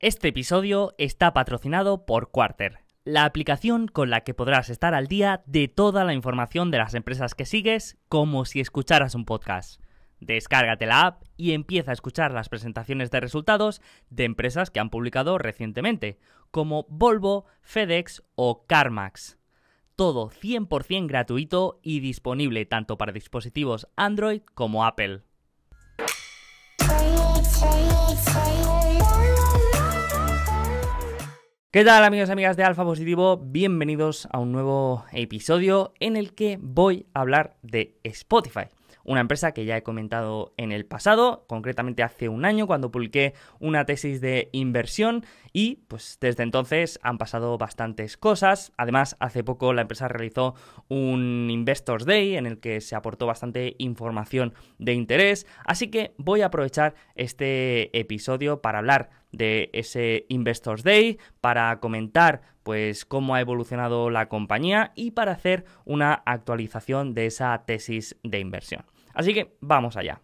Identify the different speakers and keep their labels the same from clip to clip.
Speaker 1: Este episodio está patrocinado por Quarter, la aplicación con la que podrás estar al día de toda la información de las empresas que sigues como si escucharas un podcast. Descárgate la app y empieza a escuchar las presentaciones de resultados de empresas que han publicado recientemente, como Volvo, FedEx o CarMax. Todo 100% gratuito y disponible tanto para dispositivos Android como Apple. ¿Qué tal, amigos y amigas de Alfa Positivo? Bienvenidos a un nuevo episodio en el que voy a hablar de Spotify. Una empresa que ya he comentado en el pasado, concretamente hace un año cuando publiqué una tesis de inversión y pues desde entonces han pasado bastantes cosas. Además, hace poco la empresa realizó un Investors Day en el que se aportó bastante información de interés, así que voy a aprovechar este episodio para hablar de ese Investors Day, para comentar pues cómo ha evolucionado la compañía y para hacer una actualización de esa tesis de inversión. Así que vamos allá.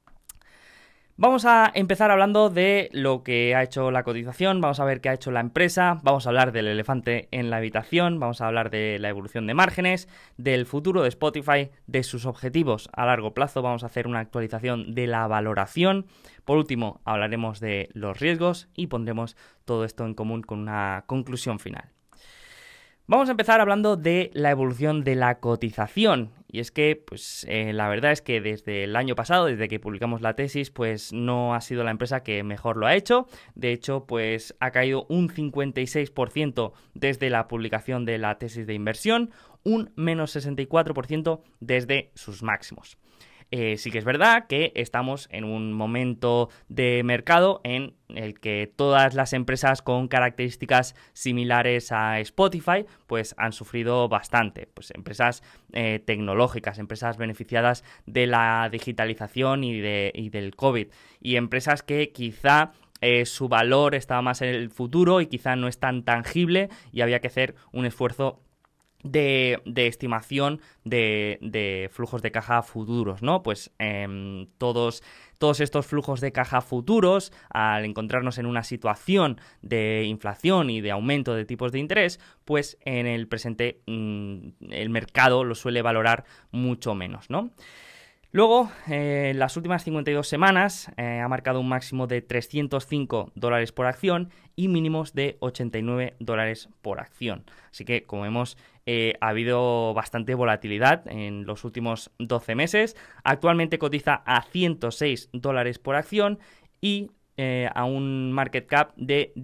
Speaker 1: Vamos a empezar hablando de lo que ha hecho la cotización, vamos a ver qué ha hecho la empresa, vamos a hablar del elefante en la habitación, vamos a hablar de la evolución de márgenes, del futuro de Spotify, de sus objetivos a largo plazo, vamos a hacer una actualización de la valoración. Por último, hablaremos de los riesgos y pondremos todo esto en común con una conclusión final. Vamos a empezar hablando de la evolución de la cotización. Y es que, pues, la verdad es que desde el año pasado, desde que publicamos la tesis, pues no ha sido la empresa que mejor lo ha hecho. De hecho, pues ha caído un 56% desde la publicación de la tesis de inversión, un menos 64% desde sus máximos. Sí que es verdad que estamos en un momento de mercado en el que todas las empresas con características similares a Spotify pues han sufrido bastante. Pues empresas tecnológicas, empresas beneficiadas de la digitalización y del COVID, y empresas que quizá su valor estaba más en el futuro y quizá no es tan tangible y había que hacer un esfuerzo de estimación de flujos de caja futuros, ¿no? Pues todos estos flujos de caja futuros, al encontrarnos en una situación de inflación y de aumento de tipos de interés, pues en el presente el mercado lo suele valorar mucho menos, ¿no? Luego, las últimas 52 semanas ha marcado un máximo de $305 por acción y mínimos de $89 por acción. Así que, como vemos, ha habido bastante volatilidad en los últimos 12 meses. Actualmente cotiza a $106 por acción y a un market cap de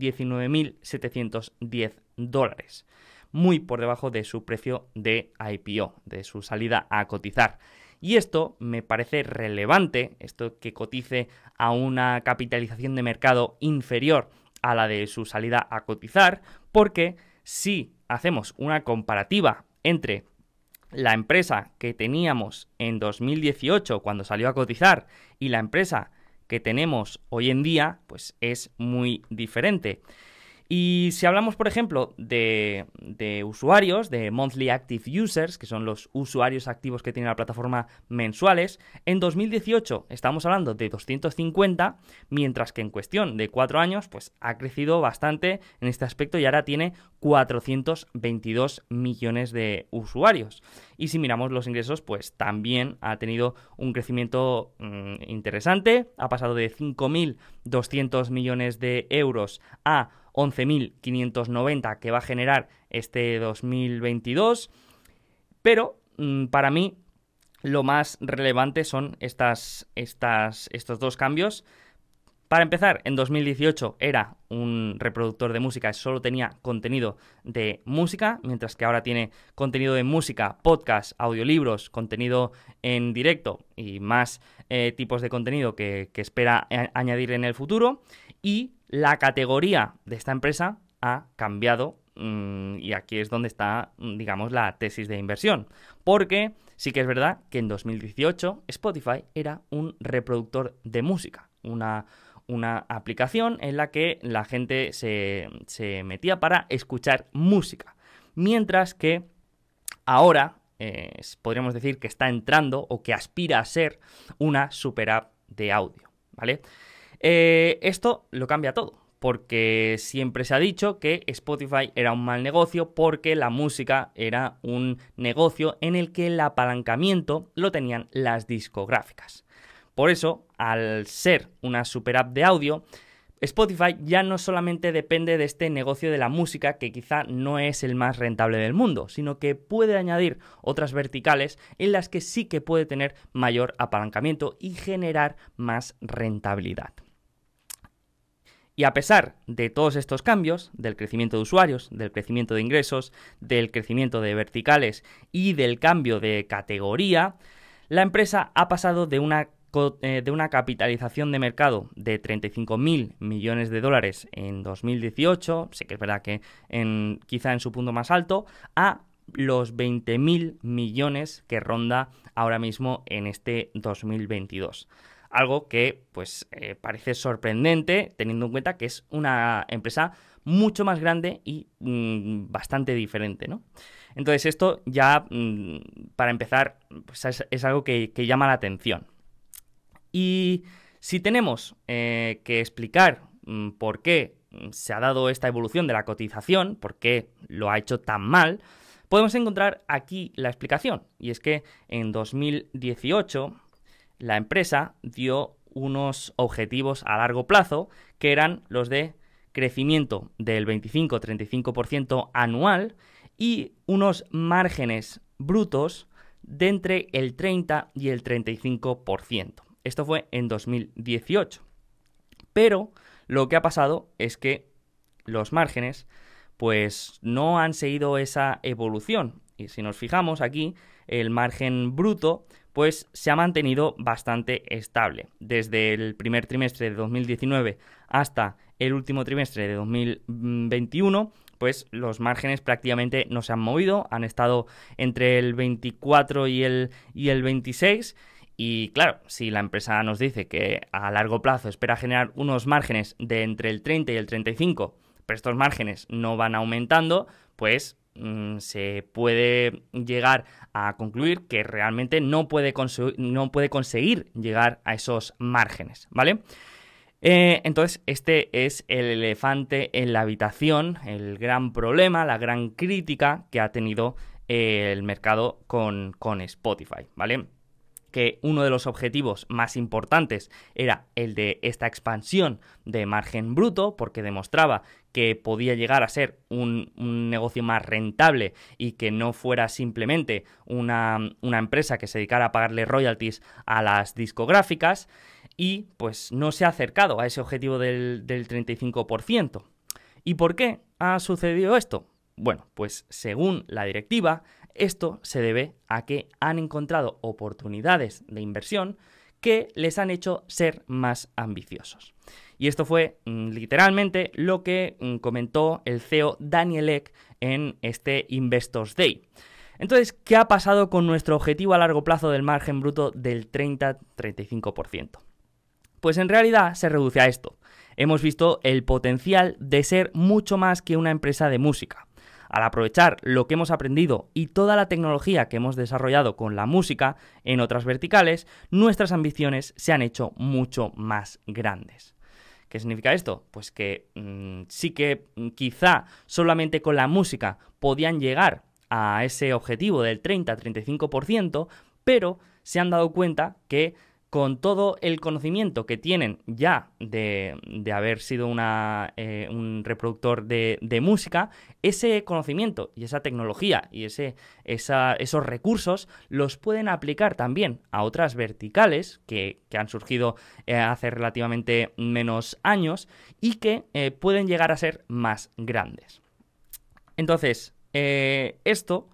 Speaker 1: $19.710. Muy por debajo de su precio de IPO, de su salida a cotizar. Y esto me parece relevante, esto que cotice a una capitalización de mercado inferior a la de su salida a cotizar, porque si hacemos una comparativa entre la empresa que teníamos en 2018 cuando salió a cotizar y la empresa que tenemos hoy en día, pues es muy diferente. Y si hablamos, por ejemplo, de usuarios, de Monthly Active Users, que son los usuarios activos que tiene la plataforma mensuales, en 2018 estamos hablando de 250, mientras que en cuestión de 4 años pues ha crecido bastante en este aspecto y ahora tiene 422 millones de usuarios. Y si miramos los ingresos, pues también ha tenido un crecimiento interesante, ha pasado de 5.200 millones de euros a 11.590 que va a generar este 2022, pero para mí lo más relevante son estos dos cambios. Para empezar, en 2018 era un reproductor de música, solo tenía contenido de música, mientras que ahora tiene contenido de música, podcast, audiolibros, contenido en directo y más tipos de contenido que espera añadir en el futuro. Y la categoría de esta empresa ha cambiado y aquí es donde está, digamos, la tesis de inversión. Porque sí que es verdad que en 2018 Spotify era un reproductor de música, una aplicación en la que la gente se metía para escuchar música. Mientras que ahora podríamos decir que está entrando o que aspira a ser una super app de audio, ¿vale? Esto lo cambia todo, porque siempre se ha dicho que Spotify era un mal negocio porque la música era un negocio en el que el apalancamiento lo tenían las discográficas. Por eso, al ser una super app de audio, Spotify ya no solamente depende de este negocio de la música, que quizá no es el más rentable del mundo, sino que puede añadir otras verticales en las que sí que puede tener mayor apalancamiento y generar más rentabilidad. Y a pesar de todos estos cambios, del crecimiento de usuarios, del crecimiento de ingresos, del crecimiento de verticales y del cambio de categoría, la empresa ha pasado de una capitalización de mercado de 35.000 millones de dólares en 2018, sí que es verdad que quizá en su punto más alto, a los 20.000 millones que ronda ahora mismo en este 2022. Algo que pues parece sorprendente teniendo en cuenta que es una empresa mucho más grande y bastante diferente, ¿no? Entonces esto ya, para empezar, pues es algo que llama la atención. Y si tenemos que explicar por qué se ha dado esta evolución de la cotización, por qué lo ha hecho tan mal, podemos encontrar aquí la explicación. Y es que en 2018 la empresa dio unos objetivos a largo plazo que eran los de crecimiento del 25-35% anual y unos márgenes brutos de entre el 30 y el 35%. Esto fue en 2018. Pero lo que ha pasado es que los márgenes pues no han seguido esa evolución. Y si nos fijamos aquí, el margen bruto pues se ha mantenido bastante estable. Desde el primer trimestre de 2019 hasta el último trimestre de 2021, pues los márgenes prácticamente no se han movido, han estado entre el 24 y el 26. Y claro, si la empresa nos dice que a largo plazo espera generar unos márgenes de entre el 30 y el 35, pero estos márgenes no van aumentando, pues se puede llegar a concluir que realmente no puede conseguir llegar a esos márgenes, ¿vale? Entonces este es el elefante en la habitación, el gran problema, la gran crítica que ha tenido el mercado con Spotify, ¿vale? Que uno de los objetivos más importantes era el de esta expansión de margen bruto, porque demostraba que podía llegar a ser un negocio más rentable y que no fuera simplemente una empresa que se dedicara a pagarle royalties a las discográficas, y pues no se ha acercado a ese objetivo del 35%. ¿Y por qué ha sucedido esto? Bueno, pues según la directiva, esto se debe a que han encontrado oportunidades de inversión que les han hecho ser más ambiciosos. Y esto fue literalmente lo que comentó el CEO Daniel Ek en este Investors Day. Entonces, ¿qué ha pasado con nuestro objetivo a largo plazo del margen bruto del 30-35%? Pues en realidad se reduce a esto. Hemos visto el potencial de ser mucho más que una empresa de música. Al aprovechar lo que hemos aprendido y toda la tecnología que hemos desarrollado con la música en otras verticales, nuestras ambiciones se han hecho mucho más grandes. ¿Qué significa esto? Pues que sí que quizá solamente con la música podían llegar a ese objetivo del 30-35%, pero se han dado cuenta que con todo el conocimiento que tienen ya de haber sido un reproductor de música, ese conocimiento y esa tecnología y esos recursos los pueden aplicar también a otras verticales que han surgido hace relativamente menos años y que pueden llegar a ser más grandes. Entonces, esto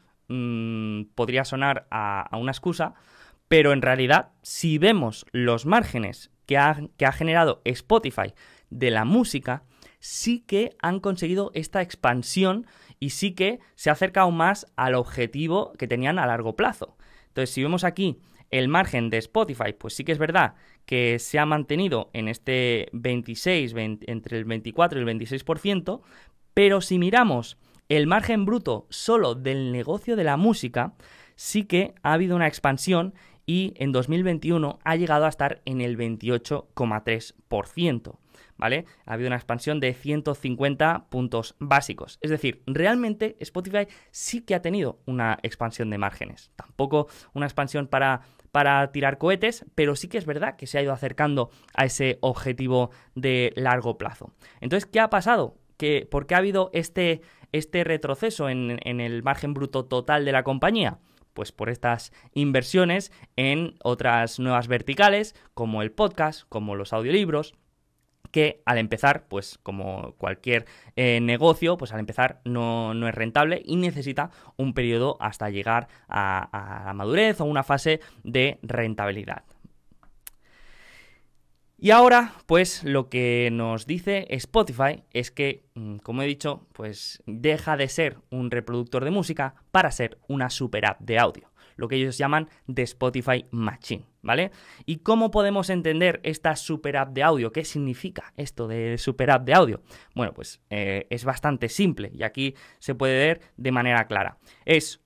Speaker 1: podría sonar a una excusa, pero en realidad, si vemos los márgenes que ha generado Spotify de la música, sí que han conseguido esta expansión y sí que se ha acercado más al objetivo que tenían a largo plazo. Entonces, si vemos aquí el margen de Spotify, pues sí que es verdad que se ha mantenido en este 26, entre el 24 y el 26%, pero si miramos el margen bruto solo del negocio de la música, sí que ha habido una expansión y en 2021 ha llegado a estar en el 28,3%, ¿vale? Ha habido una expansión de 150 puntos básicos. Es decir, realmente Spotify sí que ha tenido una expansión de márgenes. Tampoco una expansión para tirar cohetes, pero sí que es verdad que se ha ido acercando a ese objetivo de largo plazo. Entonces, ¿qué ha pasado? ¿Por qué ha habido este retroceso en el margen bruto total de la compañía? Pues por estas inversiones en otras nuevas verticales, como el podcast, como los audiolibros, que al empezar, pues como cualquier negocio, pues al empezar no es rentable y necesita un periodo hasta llegar a la madurez o una fase de rentabilidad. Y ahora, pues lo que nos dice Spotify es que, como he dicho, pues deja de ser un reproductor de música para ser una super app de audio, lo que ellos llaman The Spotify Machine, ¿vale? ¿Y cómo podemos entender esta super app de audio? ¿Qué significa esto de super app de audio? Bueno, pues es bastante simple y aquí se puede ver de manera clara. Es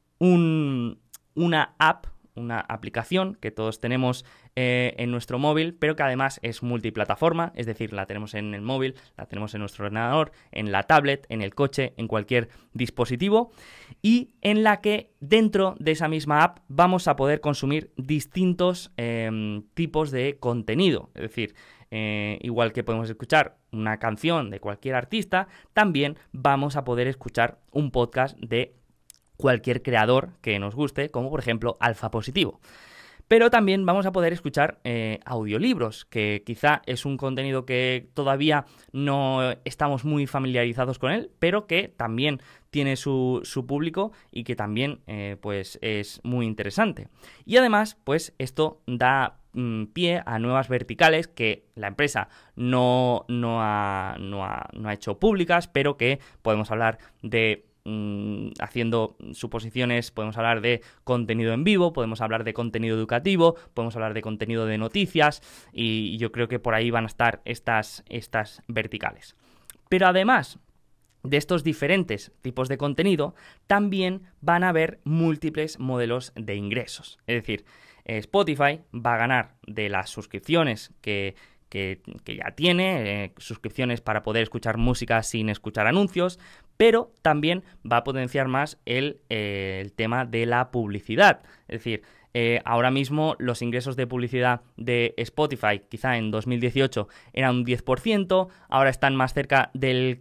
Speaker 1: una app, una aplicación que todos tenemos en nuestro móvil, pero que además es multiplataforma, es decir, la tenemos en el móvil, la tenemos en nuestro ordenador, en la tablet, en el coche, en cualquier dispositivo, y en la que dentro de esa misma app vamos a poder consumir distintos tipos de contenido, es decir, igual que podemos escuchar una canción de cualquier artista, también vamos a poder escuchar un podcast de cualquier creador que nos guste, como por ejemplo Alfa Positivo. Pero también vamos a poder escuchar audiolibros, que quizá es un contenido que todavía no estamos muy familiarizados con él, pero que también tiene su público y que también pues es muy interesante. Y además, pues esto da pie a nuevas verticales que la empresa no ha hecho públicas, pero que podemos hablar de haciendo suposiciones, podemos hablar de contenido en vivo, podemos hablar de contenido educativo, podemos hablar de contenido de noticias y yo creo que por ahí van a estar estas verticales. Pero además de estos diferentes tipos de contenido, también van a haber múltiples modelos de ingresos. Es decir, Spotify va a ganar de las suscripciones que ya tiene, suscripciones para poder escuchar música sin escuchar anuncios, pero también va a potenciar más el tema de la publicidad. Es decir, ahora mismo los ingresos de publicidad de Spotify, quizá en 2018, eran un 10%, ahora están más cerca del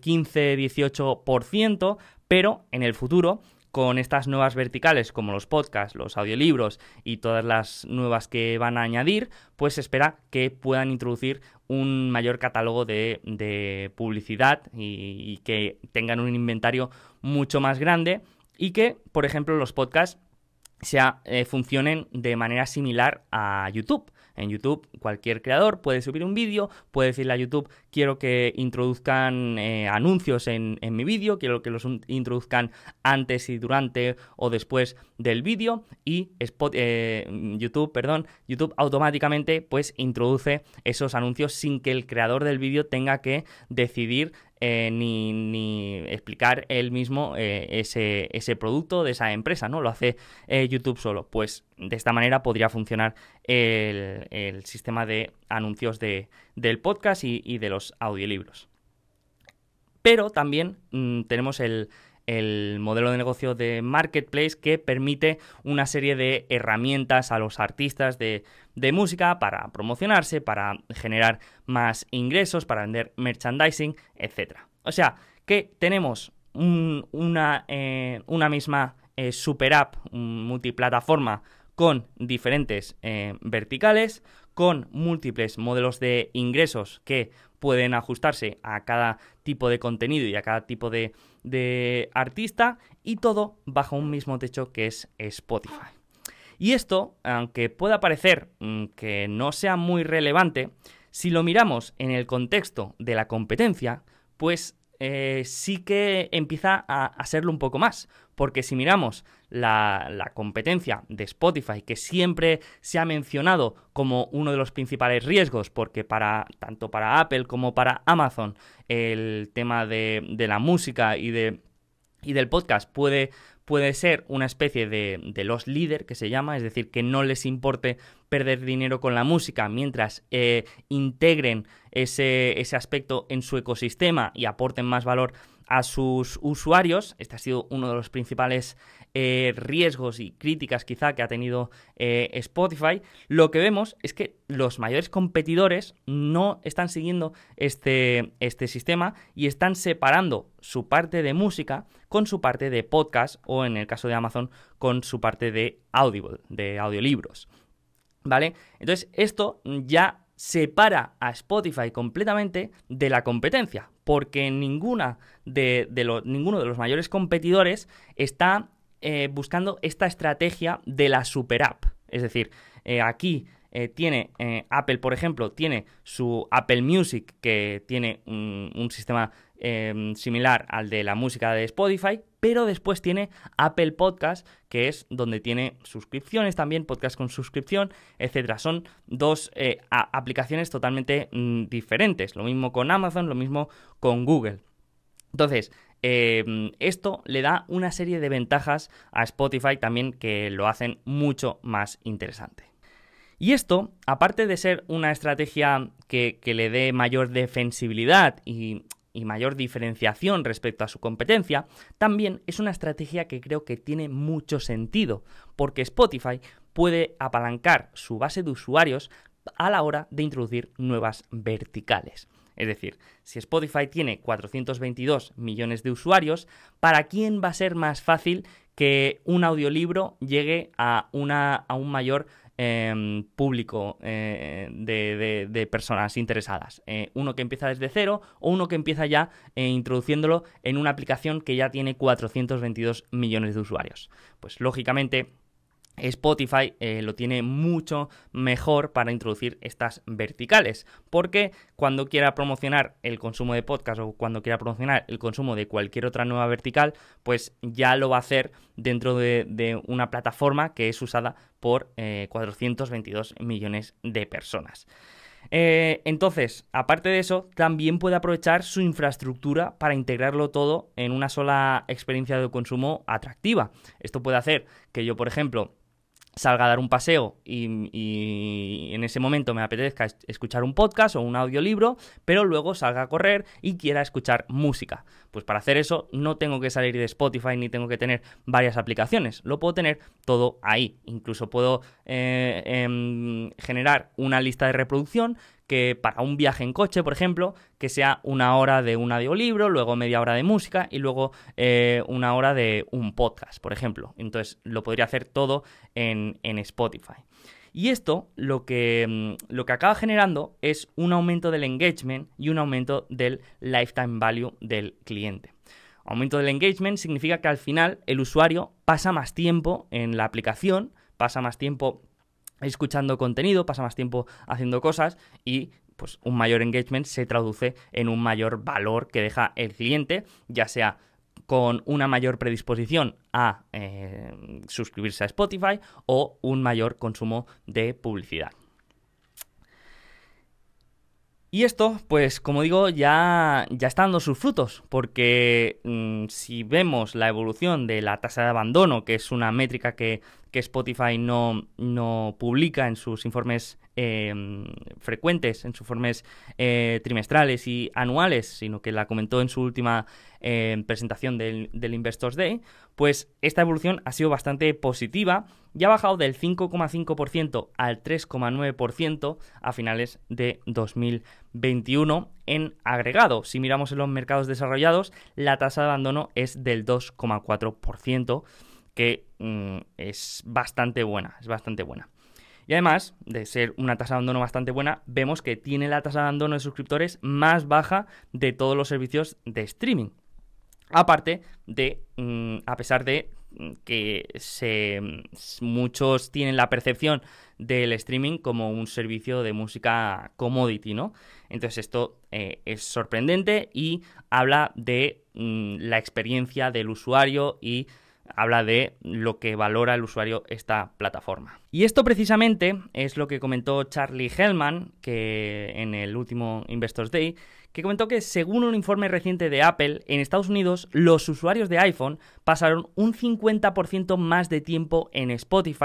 Speaker 1: 15-18%, pero en el futuro, con estas nuevas verticales como los podcasts, los audiolibros y todas las nuevas que van a añadir, pues se espera que puedan introducir un mayor catálogo de publicidad y que tengan un inventario mucho más grande y que, por ejemplo, los podcasts funcionen de manera similar a YouTube. En YouTube cualquier creador puede subir un vídeo, puede decirle a YouTube quiero que introduzcan anuncios en mi vídeo, quiero que los introduzcan antes y durante o después del vídeo y YouTube automáticamente pues introduce esos anuncios sin que el creador del vídeo tenga que decidir ni explicar él mismo ese producto de esa empresa, ¿no? Lo hace YouTube solo. Pues de esta manera podría funcionar el sistema de anuncios del podcast y de los audiolibros. Pero también tenemos el modelo de negocio de Marketplace que permite una serie de herramientas a los artistas de música para promocionarse, para generar más ingresos, para vender merchandising, etc. O sea, que tenemos una misma super app multiplataforma con diferentes verticales, con múltiples modelos de ingresos que pueden ajustarse a cada tipo de contenido y a cada tipo de artista, y todo bajo un mismo techo que es Spotify. Y esto, aunque pueda parecer que no sea muy relevante, si lo miramos en el contexto de la competencia, pues sí que empieza a serlo un poco más, porque si miramos la competencia de Spotify, que siempre se ha mencionado como uno de los principales riesgos, porque tanto para Apple como para Amazon el tema de la música y del podcast puede ser una especie de loss leader, que se llama, es decir, que no les importe perder dinero con la música mientras integren ese aspecto en su ecosistema y aporten más valor a sus usuarios. Este ha sido uno de los principales riesgos y críticas quizá que ha tenido Spotify. Lo que vemos es que los mayores competidores no están siguiendo este sistema y están separando su parte de música con su parte de podcast, o en el caso de Amazon con su parte de Audible, de audiolibros, ¿vale? Entonces esto ya separa a Spotify completamente de la competencia, porque ninguno de los mayores competidores está buscando esta estrategia de la super app. Es decir, aquí tiene Apple, por ejemplo, tiene su Apple Music, que tiene un sistema similar al de la música de Spotify, pero después tiene Apple Podcast, que es donde tiene suscripciones también, podcast con suscripción, etcétera. Son dos aplicaciones totalmente diferentes. Lo mismo con Amazon, lo mismo con Google. Entonces, esto le da una serie de ventajas a Spotify también que lo hacen mucho más interesante. Y esto, aparte de ser una estrategia que le dé mayor defensibilidad y mayor diferenciación respecto a su competencia, también es una estrategia que creo que tiene mucho sentido, porque Spotify puede apalancar su base de usuarios a la hora de introducir nuevas verticales. Es decir, si Spotify tiene 422 millones de usuarios, ¿para quién va a ser más fácil que un audiolibro llegue a un mayor público de personas interesadas? Uno que empieza desde cero o uno que empieza ya introduciéndolo en una aplicación que ya tiene 422 millones de usuarios. Pues lógicamente Spotify lo tiene mucho mejor para introducir estas verticales, porque cuando quiera promocionar el consumo de podcast o cuando quiera promocionar el consumo de cualquier otra nueva vertical, pues ya lo va a hacer dentro de una plataforma que es usada por 422 millones de personas. Entonces, aparte de eso, también puede aprovechar su infraestructura para integrarlo todo en una sola experiencia de consumo atractiva. Esto puede hacer que yo, por ejemplo, salga a dar un paseo y en ese momento me apetezca escuchar un podcast o un audiolibro, pero luego salga a correr y quiera escuchar música. Pues para hacer eso no tengo que salir de Spotify ni tengo que tener varias aplicaciones, lo puedo tener todo ahí. Incluso puedo generar una lista de reproducción que para un viaje en coche, por ejemplo, que sea 1 hora de un audiolibro, luego media hora de música y luego 1 hora de un podcast, por ejemplo. Entonces lo podría hacer todo en Spotify. Y esto lo que acaba generando es un aumento del engagement y un aumento del lifetime value del cliente. Aumento del engagement significa que al final el usuario pasa más tiempo en la aplicación, pasa más tiempo escuchando contenido, pasa más tiempo haciendo cosas y pues un mayor engagement se traduce en un mayor valor que deja el cliente, ya sea con una mayor predisposición a suscribirse a Spotify o un mayor consumo de publicidad. Y esto, pues como digo, ya está dando sus frutos, porque si vemos la evolución de la tasa de abandono, que es una métrica que Spotify no publica en sus informes frecuentes, en sus informes trimestrales y anuales, sino que la comentó en su última presentación del Investors Day, pues esta evolución ha sido bastante positiva y ha bajado del 5,5% al 3,9% a finales de 2021 en agregado. Si miramos en los mercados desarrollados, la tasa de abandono es del 2,4%, que es bastante buena, Y además de ser una tasa de abandono bastante buena, vemos que tiene la tasa de abandono de suscriptores más baja de todos los servicios de streaming. Aparte de, a pesar de que muchos tienen la percepción del streaming como un servicio de música commodity, ¿no? Entonces esto es sorprendente y habla de la experiencia del usuario y habla de lo que valora el usuario esta plataforma. Y esto precisamente es lo que comentó Charlie Hellman que en el último Investors Day, que comentó que según un informe reciente de Apple, en Estados Unidos los usuarios de iPhone pasaron un 50% más de tiempo en Spotify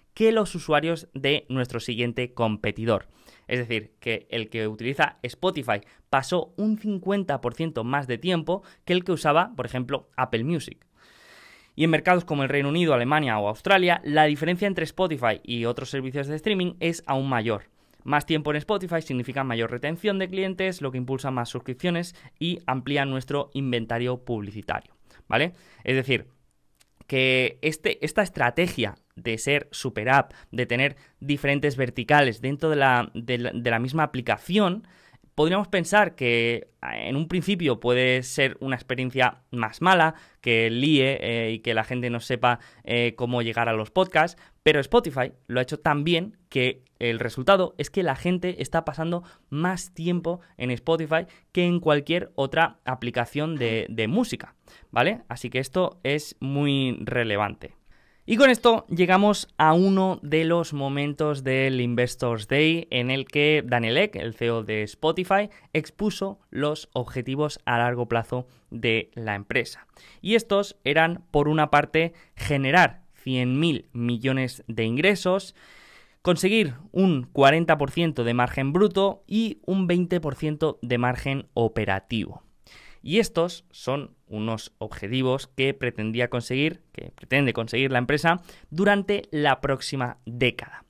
Speaker 1: que los usuarios de nuestro siguiente competidor. Es decir, que el que utiliza Spotify pasó un 50% más de tiempo que el que usaba, por ejemplo, Apple Music. Y en mercados como el Reino Unido, Alemania o Australia, la diferencia entre Spotify y otros servicios de streaming es aún mayor. Más tiempo en Spotify significa mayor retención de clientes, lo que impulsa más suscripciones y amplía nuestro inventario publicitario, ¿vale? Es decir, que esta estrategia de ser super app, de tener diferentes verticales dentro de la misma aplicación, podríamos pensar que en un principio puede ser una experiencia más mala, que líe y que la gente no sepa cómo llegar a los podcasts, pero Spotify lo ha hecho tan bien que el resultado es que la gente está pasando más tiempo en Spotify que en cualquier otra aplicación de música, ¿vale? Así que esto es muy relevante. Y con esto llegamos a uno de los momentos del Investors Day en el que Daniel Ek, el CEO de Spotify, expuso los objetivos a largo plazo de la empresa. Y estos eran, por una parte, generar 100.000 millones de ingresos, conseguir un 40% de margen bruto y un 20% de margen operativo. Y estos son unos objetivos que pretende conseguir la empresa durante la próxima década.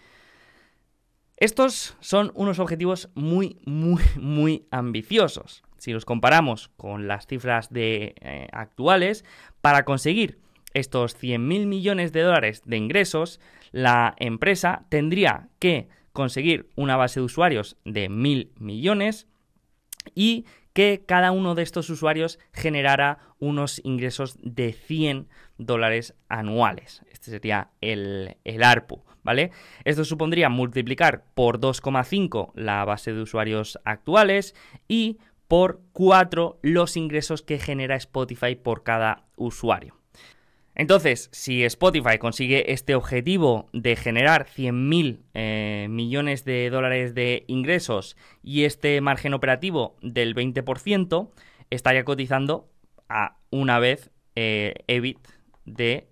Speaker 1: Estos son unos objetivos muy ambiciosos. Si los comparamos con las cifras actuales, para conseguir estos 100.000 millones de dólares de ingresos, la empresa tendría que conseguir una base de usuarios de 1.000 millones y que cada uno de estos usuarios generara unos ingresos de $100 anuales. Este sería el ARPU, ¿vale? Esto supondría multiplicar por 2,5 la base de usuarios actuales y por 4 los ingresos que genera Spotify por cada usuario. Entonces, si Spotify consigue este objetivo de generar 100.000 millones de dólares de ingresos y este margen operativo del 20%, estaría cotizando a una vez EBIT de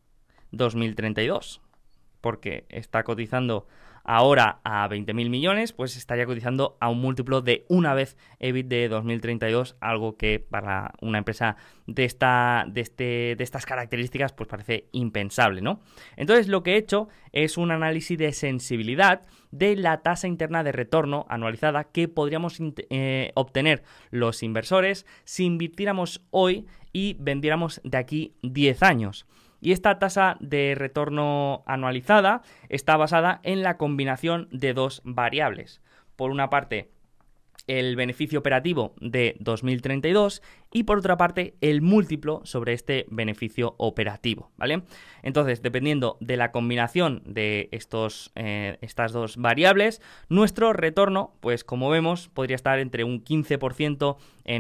Speaker 1: 2032. Porque está cotizando ahora a 20.000 millones, pues estaría cotizando a un múltiplo de una vez EBIT de 2032, algo que para una empresa de estas características pues parece impensable, ¿no? Entonces lo que he hecho es un análisis de sensibilidad de la tasa interna de retorno anualizada que podríamos obtener los inversores si invirtiéramos hoy y vendiéramos de aquí 10 años. Y esta tasa de retorno anualizada está basada en la combinación de dos variables. Por una parte, el beneficio operativo de 2032 y por otra parte el múltiplo sobre este beneficio operativo, ¿vale? Entonces, dependiendo de la combinación de estas dos variables, nuestro retorno, pues como vemos, podría estar entre un 15%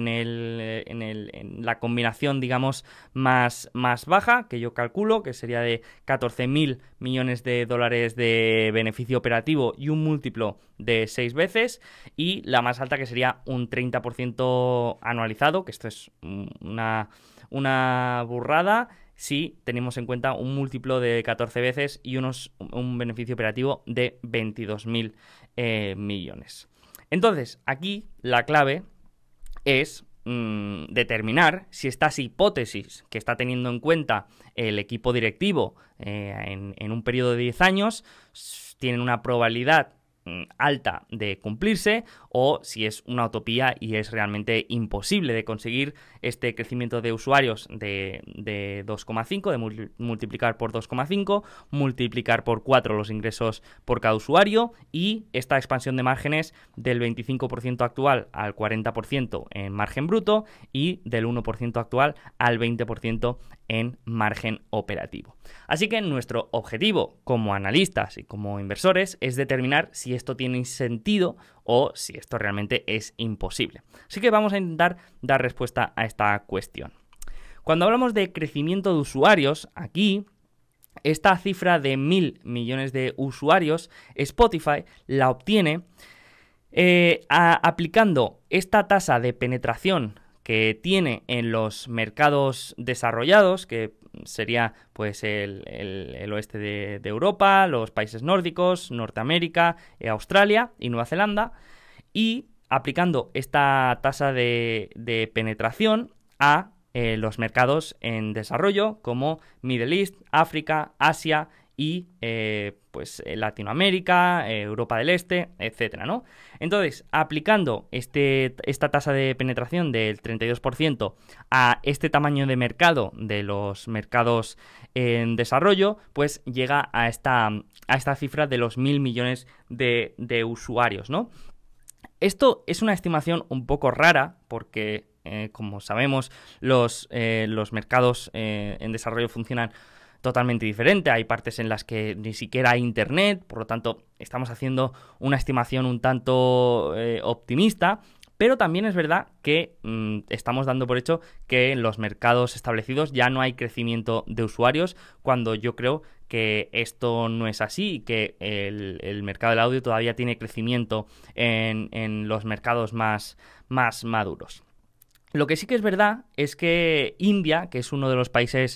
Speaker 1: en la combinación, digamos, más baja, que yo calculo, que sería de 14.000 millones de dólares de beneficio operativo y un múltiplo de 6 veces, y la más alta, que sería un 30% anualizado, que esto es una burrada si tenemos en cuenta un múltiplo de 14 veces y un beneficio operativo de 22.000 millones. Entonces, aquí la clave es determinar si estas hipótesis que está teniendo en cuenta el equipo directivo en un periodo de 10 años tienen una probabilidad alta de cumplirse, o si es una utopía y es realmente imposible de conseguir este crecimiento de usuarios de 2,5, de multiplicar por 2,5, multiplicar por 4 los ingresos por cada usuario y esta expansión de márgenes del 25% actual al 40% en margen bruto y del 1% actual al 20% en margen operativo. Así que nuestro objetivo como analistas y como inversores es determinar si esto tiene sentido o si esto realmente es imposible. Así que vamos a intentar dar respuesta a esta cuestión. Cuando hablamos de crecimiento de usuarios, aquí esta cifra de 1.000 millones de usuarios, Spotify la obtiene aplicando esta tasa de penetración que tiene en los mercados desarrollados, que sería pues el oeste de Europa, los países nórdicos, Norteamérica, Australia y Nueva Zelanda, y aplicando esta tasa de penetración a los mercados en desarrollo como Middle East, África, Asia y Latinoamérica, Europa del Este, etcétera, ¿no? Entonces, aplicando esta tasa de penetración del 32% a este tamaño de mercado de los mercados en desarrollo, pues llega a esta cifra de los 1.000 millones de usuarios, ¿no? Esto es una estimación un poco rara porque, como sabemos, los mercados en desarrollo funcionan totalmente diferente. Hay partes en las que ni siquiera hay internet, por lo tanto estamos haciendo una estimación un tanto optimista, pero también es verdad que estamos dando por hecho que en los mercados establecidos ya no hay crecimiento de usuarios, cuando yo creo que esto no es así y que el mercado del audio todavía tiene crecimiento en los mercados más maduros. Lo que sí que es verdad es que India, que es uno de los países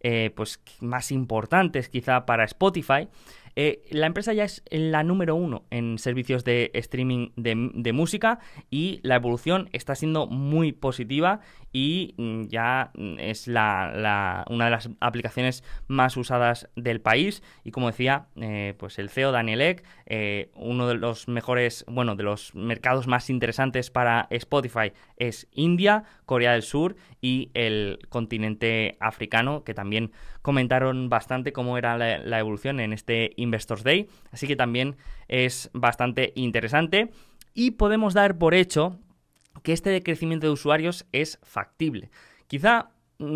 Speaker 1: más importantes quizá para Spotify, la empresa ya es la número 1 en servicios de streaming de música, y la evolución está siendo muy positiva y ya es una de las aplicaciones más usadas del país. Y como decía, pues el CEO Daniel Ek, uno de los mejores, de los mercados más interesantes para Spotify es India, Corea del Sur y el continente africano, que también comentaron bastante cómo era la evolución en este Investors Day, así que también es bastante interesante y podemos dar por hecho que este decrecimiento de usuarios es factible. Quizá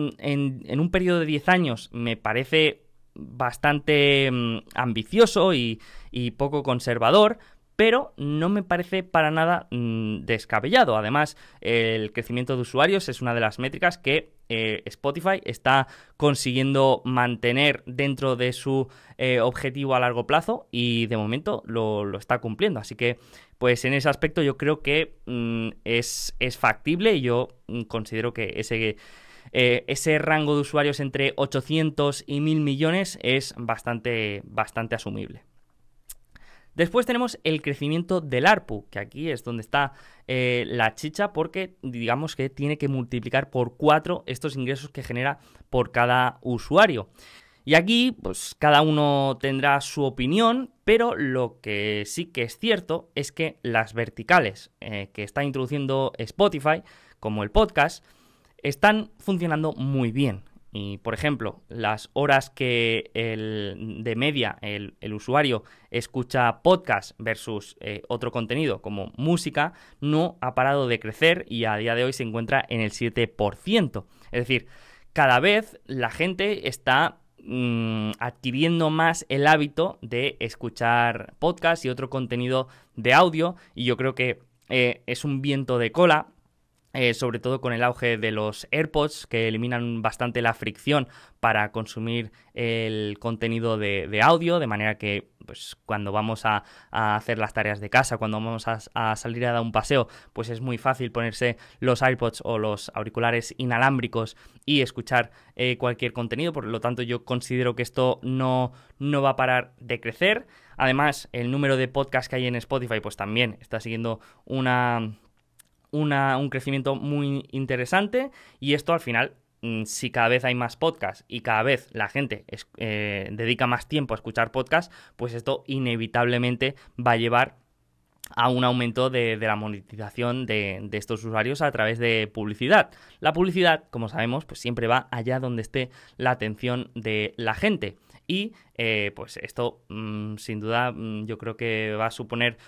Speaker 1: en un periodo de 10 años me parece bastante ambicioso y poco conservador, pero no me parece para nada descabellado. Además, el crecimiento de usuarios es una de las métricas que Spotify está consiguiendo mantener dentro de su objetivo a largo plazo, y de momento lo está cumpliendo. Así que, pues en ese aspecto yo creo que es factible, y yo considero que ese rango de usuarios entre 800 y 1.000 millones es bastante asumible. Después tenemos el crecimiento del ARPU, que aquí es donde está la chicha, porque digamos que tiene que multiplicar por 4 estos ingresos que genera por cada usuario. Y aquí, pues cada uno tendrá su opinión, pero lo que sí que es cierto es que las verticales que está introduciendo Spotify, como el podcast, están funcionando muy bien. Y, por ejemplo, las horas que de media el usuario escucha podcast versus otro contenido como música no ha parado de crecer, y a día de hoy se encuentra en el 7%. Es decir, cada vez la gente está adquiriendo más el hábito de escuchar podcast y otro contenido de audio, y yo creo que es un viento de cola. Sobre todo con el auge de los AirPods, que eliminan bastante la fricción para consumir el contenido de audio, de manera que pues cuando vamos a hacer las tareas de casa, cuando vamos a salir a dar un paseo, pues es muy fácil ponerse los AirPods o los auriculares inalámbricos y escuchar cualquier contenido. Por lo tanto, yo considero que esto no va a parar de crecer. Además, el número de podcasts que hay en Spotify pues también está siguiendo un crecimiento muy interesante, y esto al final, si cada vez hay más podcasts y cada vez la gente dedica más tiempo a escuchar podcasts, pues esto inevitablemente va a llevar a un aumento de la monetización de estos usuarios a través de publicidad. La publicidad, como sabemos, pues siempre va allá donde esté la atención de la gente. Y pues esto, sin duda, yo creo que va a suponer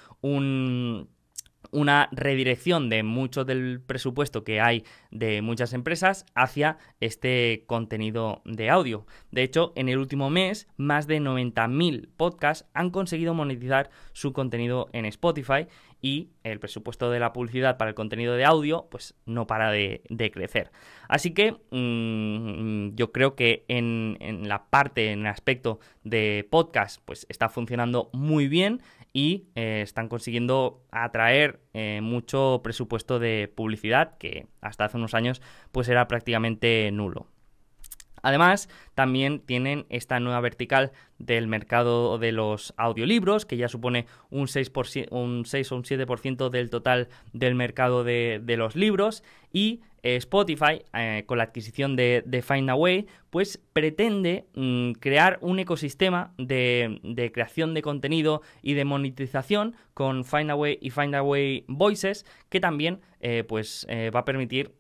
Speaker 1: una redirección de mucho del presupuesto que hay de muchas empresas hacia este contenido de audio. De hecho, en el último mes, más de 90.000 podcasts han conseguido monetizar su contenido en Spotify, y el presupuesto de la publicidad para el contenido de audio pues no para de crecer. Así que yo creo que en el aspecto de podcast, pues está funcionando muy bien, y están consiguiendo atraer mucho presupuesto de publicidad, que hasta hace unos años pues era prácticamente nulo. Además, también tienen esta nueva vertical del mercado de los audiolibros, que ya supone un 6%, un 6 o un 7% del total del mercado de los libros. Y Spotify, con la adquisición de Findaway, pues pretende crear un ecosistema de creación de contenido y de monetización con Findaway y Findaway Voices, que también va a permitir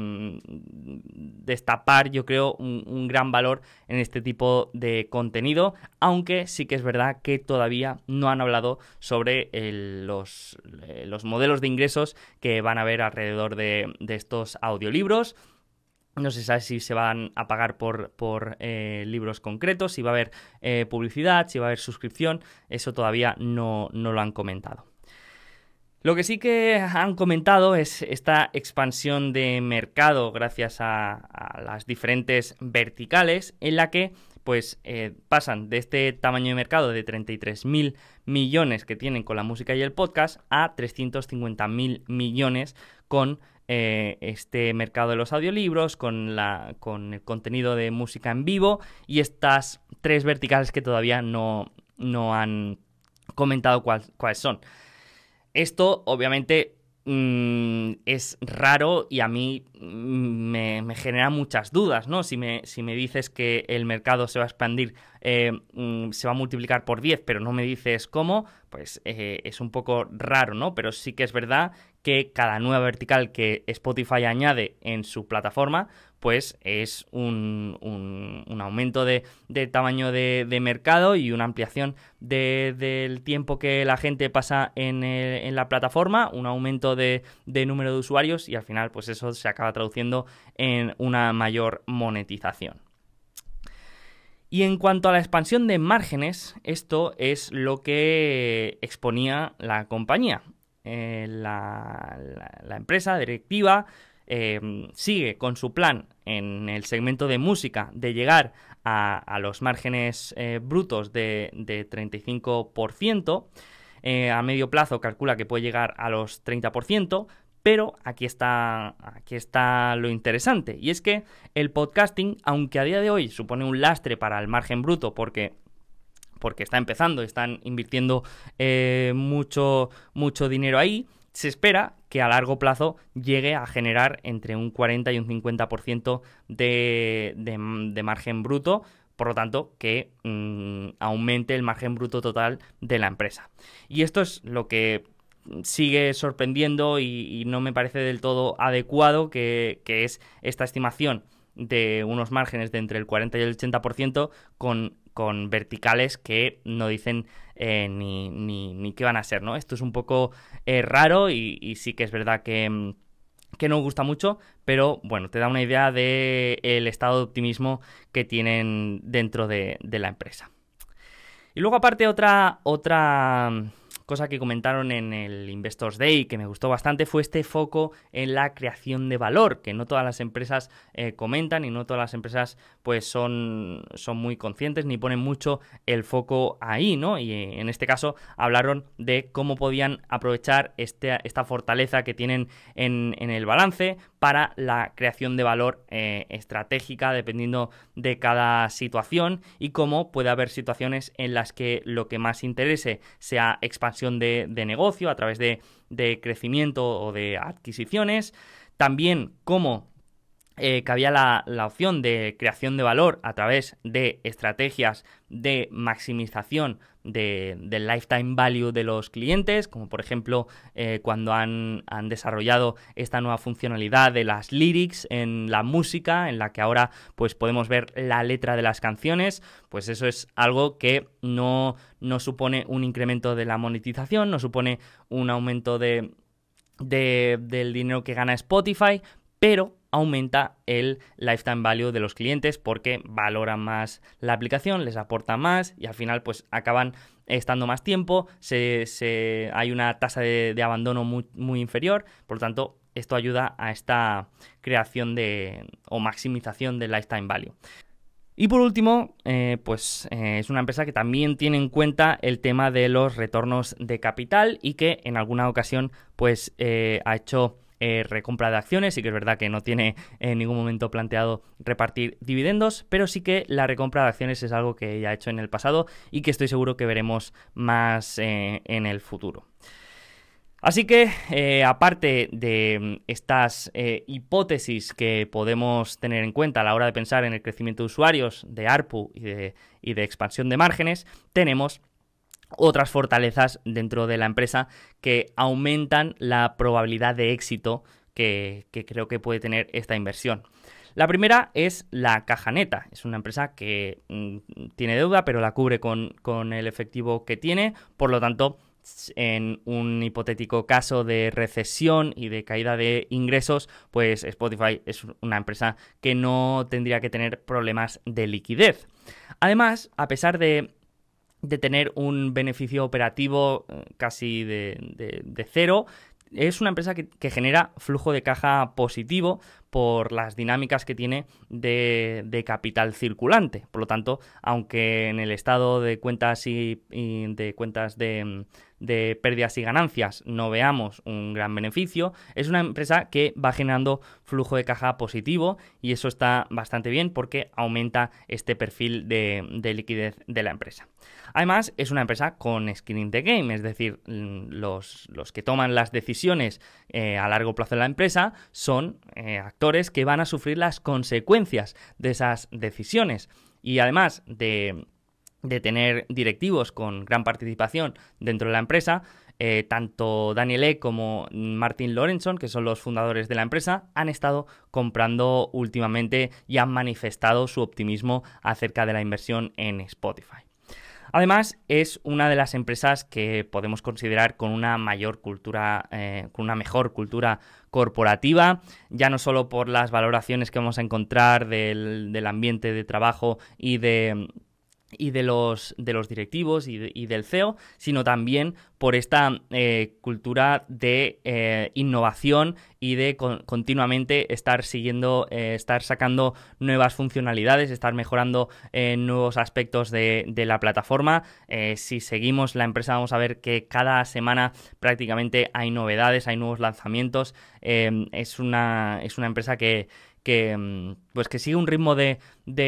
Speaker 1: destapar, yo creo, un gran valor en este tipo de contenido, aunque sí que es verdad que todavía no han hablado sobre los modelos de ingresos que van a haber alrededor de estos audiolibros. No se sabe si se van a pagar por libros concretos, si va a haber publicidad, si va a haber suscripción. Eso todavía no lo han comentado. Lo que sí que han comentado es esta expansión de mercado gracias a las diferentes verticales, en la que pues pasan de este tamaño de mercado de 33.000 millones que tienen con la música y el podcast a 350.000 millones con este mercado de los audiolibros, con el contenido de música en vivo y estas tres verticales que todavía no han comentado cuáles son. Esto, obviamente, es raro y a mí me genera muchas dudas, ¿no? Si me dices que el mercado se va a expandir, se va a multiplicar por 10, pero no me dices cómo, pues es un poco raro, ¿no? Pero sí que es verdad que cada nueva vertical que Spotify añade en su plataforma, pues es un aumento de tamaño de mercado y una ampliación del tiempo que la gente pasa en la plataforma, un aumento de número de usuarios y al final pues eso se acaba traduciendo en una mayor monetización. Y en cuanto a la expansión de márgenes, esto es lo que exponía la compañía. La empresa directiva sigue con su plan en el segmento de música de llegar a los márgenes brutos de 35%. A medio plazo calcula que puede llegar a los 30%. Pero aquí está lo interesante, y es que el podcasting, aunque a día de hoy supone un lastre para el margen bruto porque está empezando, están invirtiendo mucho dinero ahí, se espera que a largo plazo llegue a generar entre un 40 y un 50% de margen bruto, por lo tanto, que aumente el margen bruto total de la empresa. Y esto es lo que sigue sorprendiendo y no me parece del todo adecuado, que es esta estimación de unos márgenes de entre el 40 y el 80% con verticales que no dicen ni qué van a ser, ¿no? Esto es un poco raro y sí que es verdad que no gusta mucho, pero bueno, te da una idea del estado de optimismo que tienen dentro de la empresa. Y luego aparte otra cosa que comentaron en el Investors Day que me gustó bastante fue este foco en la creación de valor, que no todas las empresas comentan y no todas las empresas pues son muy conscientes ni ponen mucho el foco ahí, ¿no? Y en este caso hablaron de cómo podían aprovechar esta fortaleza que tienen en el balance para la creación de valor estratégica dependiendo de cada situación y cómo puede haber situaciones en las que lo que más interese sea expansión de negocio a través de crecimiento o de adquisiciones. También cómo cabía la opción de creación de valor a través de estrategias de maximización del lifetime value de los clientes, como por ejemplo cuando han desarrollado esta nueva funcionalidad de las lyrics en la música, en la que ahora pues podemos ver la letra de las canciones. Pues eso es algo que no supone un incremento de la monetización, no supone un aumento del dinero que gana Spotify, pero aumenta el lifetime value de los clientes porque valoran más la aplicación, les aporta más y al final pues acaban estando más tiempo, hay una tasa de abandono muy inferior, por lo tanto esto ayuda a esta creación o maximización del lifetime value. Y por último, es una empresa que también tiene en cuenta el tema de los retornos de capital y que en alguna ocasión pues ha hecho recompra de acciones. Sí que es verdad que no tiene en ningún momento planteado repartir dividendos, pero sí que la recompra de acciones es algo que ya ha hecho en el pasado y que estoy seguro que veremos más en el futuro. Así que, aparte de estas hipótesis que podemos tener en cuenta a la hora de pensar en el crecimiento de usuarios, de ARPU y de expansión de márgenes, tenemos otras fortalezas dentro de la empresa que aumentan la probabilidad de éxito que creo que puede tener esta inversión. La primera es la caja neta. Es una empresa que tiene deuda, pero la cubre con el efectivo que tiene. Por lo tanto, en un hipotético caso de recesión y de caída de ingresos, pues Spotify es una empresa que no tendría que tener problemas de liquidez. Además, a pesar de tener un beneficio operativo casi de cero, es una empresa que genera flujo de caja positivo por las dinámicas que tiene de capital circulante. Por lo tanto, aunque en el estado de cuentas y de cuentas de pérdidas y ganancias no veamos un gran beneficio, es una empresa que va generando flujo de caja positivo y eso está bastante bien porque aumenta este perfil de liquidez de la empresa. Además, es una empresa con skin in the game, es decir, los que toman las decisiones a largo plazo de la empresa son actores que van a sufrir las consecuencias de esas decisiones. Y además de tener directivos con gran participación dentro de la empresa, tanto Daniel Ek como Martin Lorentzon, que son los fundadores de la empresa, han estado comprando últimamente y han manifestado su optimismo acerca de la inversión en Spotify. Además, es una de las empresas que podemos considerar con una mayor cultura, con una mejor cultura corporativa, ya no solo por las valoraciones que vamos a encontrar del ambiente de trabajo y de los directivos y del CEO, sino también por esta cultura de innovación y de continuamente estar sacando nuevas funcionalidades, estar mejorando nuevos aspectos de la plataforma. Si seguimos la empresa vamos a ver que cada semana prácticamente hay novedades, hay nuevos lanzamientos. Es una empresa que sigue un ritmo de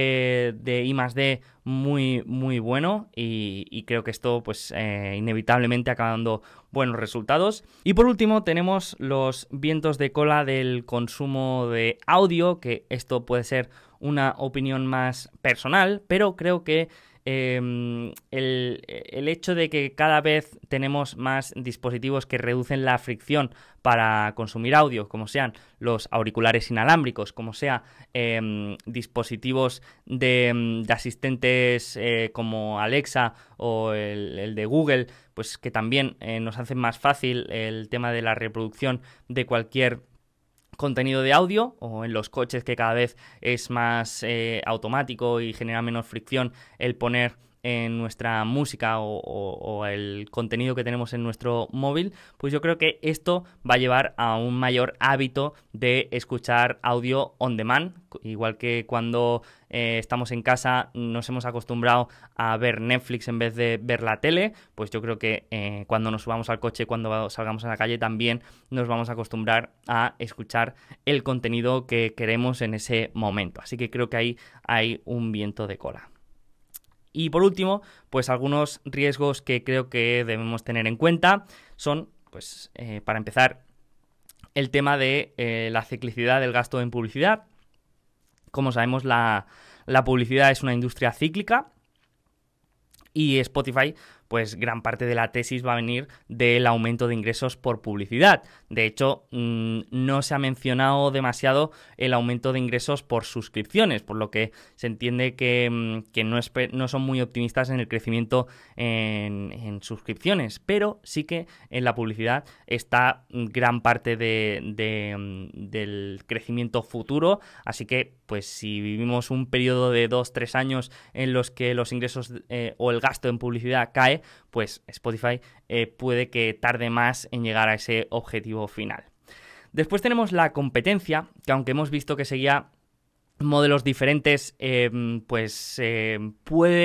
Speaker 1: I+D muy, muy bueno y creo que esto pues inevitablemente acaba dando buenos resultados. Y por último tenemos los vientos de cola del consumo de audio, que esto puede ser una opinión más personal, pero creo que el hecho de que cada vez tenemos más dispositivos que reducen la fricción para consumir audio, como sean los auriculares inalámbricos, como sea dispositivos de asistentes como Alexa o el de Google, pues que también nos hacen más fácil el tema de la reproducción de cualquier contenido de audio, o en los coches que cada vez es más automático y genera menos fricción el poner en nuestra música o el contenido que tenemos en nuestro móvil, pues yo creo que esto va a llevar a un mayor hábito de escuchar audio on demand, igual que cuando estamos en casa nos hemos acostumbrado a ver Netflix en vez de ver la tele, pues yo creo que cuando nos subamos al coche, cuando salgamos a la calle también nos vamos a acostumbrar a escuchar el contenido que queremos en ese momento, así que creo que ahí hay un viento de cola. Y por último, pues algunos riesgos que creo que debemos tener en cuenta son, pues para empezar, el tema de la ciclicidad del gasto en publicidad. Como sabemos, la publicidad es una industria cíclica y Spotify, pues gran parte de la tesis va a venir del aumento de ingresos por publicidad. De hecho, no se ha mencionado demasiado el aumento de ingresos por suscripciones, por lo que se entiende que no son muy optimistas en el crecimiento en suscripciones, pero sí que en la publicidad está gran parte del crecimiento futuro, así que pues si vivimos un periodo de 2-3 años en los que los ingresos o el gasto en publicidad cae, pues Spotify puede que tarde más en llegar a ese objetivo final. Después tenemos la competencia, que aunque hemos visto que seguía modelos diferentes, puede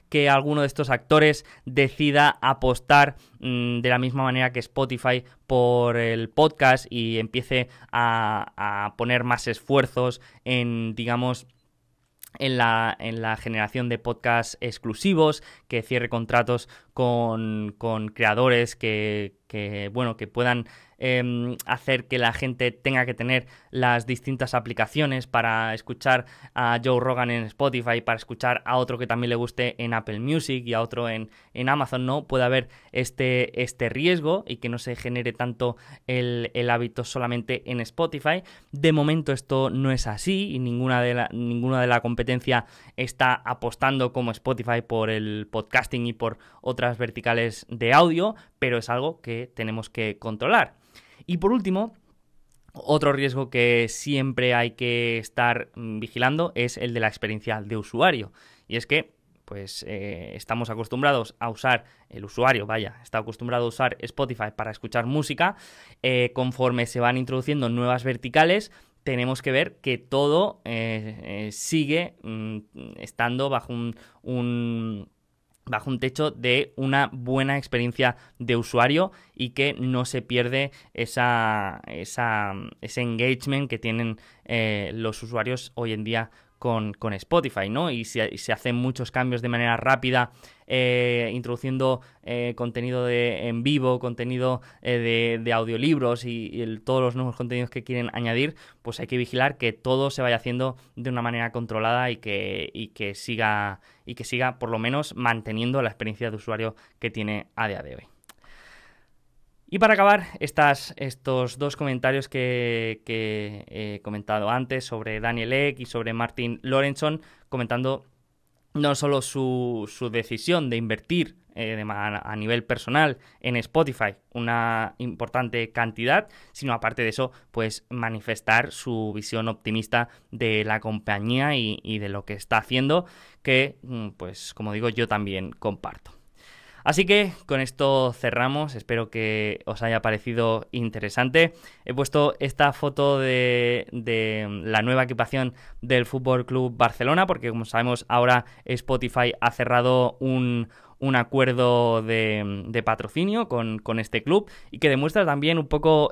Speaker 1: que alguno de estos actores decida apostar de la misma manera que Spotify por el podcast y empiece a poner más esfuerzos en, digamos, en la generación de podcasts exclusivos, que cierre contratos con creadores que puedan hacer que la gente tenga que tener las distintas aplicaciones para escuchar a Joe Rogan en Spotify, para escuchar a otro que también le guste en Apple Music y a otro en Amazon, ¿no? Puede haber este riesgo y que no se genere tanto el hábito solamente en Spotify. De momento esto no es así y ninguna de la competencia está apostando como Spotify por el podcasting y por otras verticales de audio, pero es algo que tenemos que controlar. Y por último, otro riesgo que siempre hay que estar vigilando es el de la experiencia de usuario. Y es que estamos acostumbrados a usar, el usuario, está acostumbrado a usar Spotify para escuchar música. Conforme se van introduciendo nuevas verticales, tenemos que ver que todo sigue estando bajo un techo de una buena experiencia de usuario y que no se pierde ese engagement que tienen los usuarios hoy en día con Spotify, ¿no? Y se hacen muchos cambios de manera rápida, introduciendo contenido en vivo, contenido de audiolibros y todos los nuevos contenidos que quieren añadir, pues hay que vigilar que todo se vaya haciendo de una manera controlada y que siga por lo menos manteniendo la experiencia de usuario que tiene a día de hoy. Y para acabar, estos dos comentarios que he comentado antes sobre Daniel Ek y sobre Martin Lorentzon, comentando no solo su decisión de invertir a nivel personal en Spotify una importante cantidad, sino aparte de eso, pues manifestar su visión optimista de la compañía y de lo que está haciendo, que, pues como digo, yo también comparto. Así que con esto cerramos, espero que os haya parecido interesante. He puesto esta foto de la nueva equipación del Fútbol Club Barcelona, porque como sabemos ahora Spotify ha cerrado un acuerdo de patrocinio con este club y que demuestra también un poco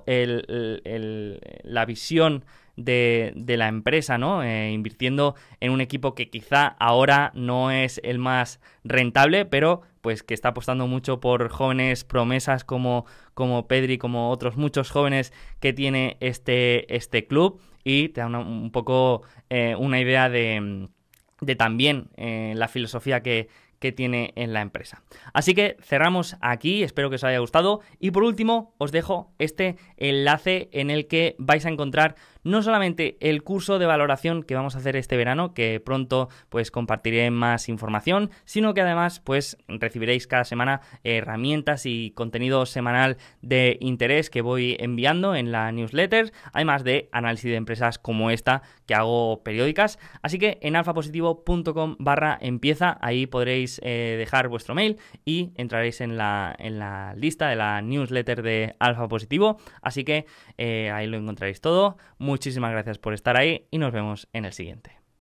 Speaker 1: la visión de la empresa, ¿no? Invirtiendo en un equipo que quizá ahora no es el más rentable, pero pues que está apostando mucho por jóvenes promesas como Pedri, como otros muchos jóvenes que tiene este club, y te da un poco una idea de también la filosofía que tiene en la empresa. Así que cerramos aquí, espero que os haya gustado y por último os dejo este enlace en el que vais a encontrar no solamente el curso de valoración que vamos a hacer este verano, que pronto pues compartiré más información, sino que además pues recibiréis cada semana herramientas y contenido semanal de interés que voy enviando en la newsletter, además de análisis de empresas como esta que hago periódicas. Así que en alfapositivo.com/empieza, ahí podréis dejar vuestro mail y entraréis en la lista de la newsletter de Alfa Positivo, así que ahí lo encontraréis todo. Muchísimas gracias por estar ahí y nos vemos en el siguiente.